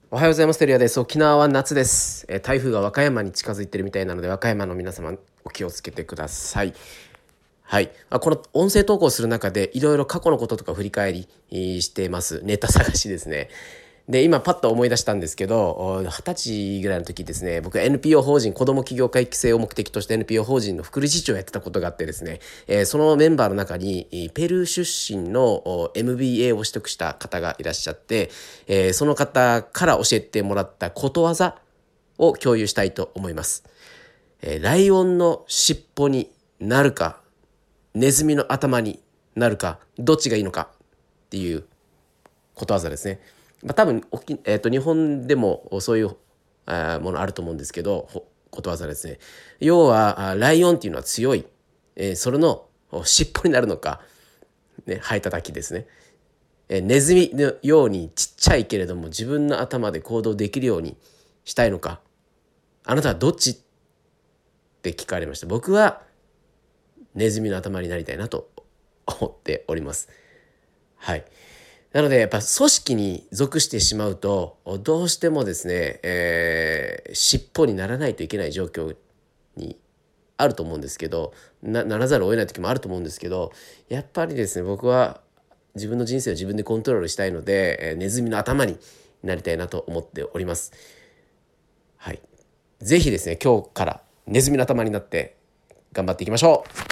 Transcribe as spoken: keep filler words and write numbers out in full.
おはようございます。テリアです。沖縄は夏です。えー台風が和歌山に近づいているみたいなので、和歌山の皆様お気をつけてください。はい。あこの音声投稿する中でいろいろ過去のこととか振り返りえーしています。ネタ探しですね。で、今パッと思い出したんですけど、おはたちぐらいの時ですね、僕は エヌピーオー 法人子ども起業家育成を目的とした エヌピーオー 法人の副理事長をやってたことがあってですね、えーそのメンバーの中にえーペルー出身のお エムビーエー を取得した方がいらっしゃって、えーその方から教えてもらったことわざを共有したいと思います。えーライオンの尻尾になるか、ネズミの頭になるか、どっちがいいのかっていうことわざですね。まあ、多分おき、えー、と日本でもそういうあーものあると思うんですけど、ほことわざですね。要はあライオンっていうのは強い、えーそれのお尻尾になるのか、ね、ハエたたきですね。えーネズミのようにちっちゃいけれども自分の頭で行動できるようにしたいのか、あなたはどっちって聞かれました。僕はネズミの頭になりたいなと思っております。はい。なのでやっぱ組織に属してしまうとどうしてもですね、えー尻尾にならないといけない状況にあると思うんですけど、なならざるを得ない時もあると思うんですけど、やっぱりですね、僕は自分の人生を自分でコントロールしたいので、えーネズミの頭になりたいなと思っております。はい。ぜひですね、今日からネズミの頭になって頑張っていきましょう。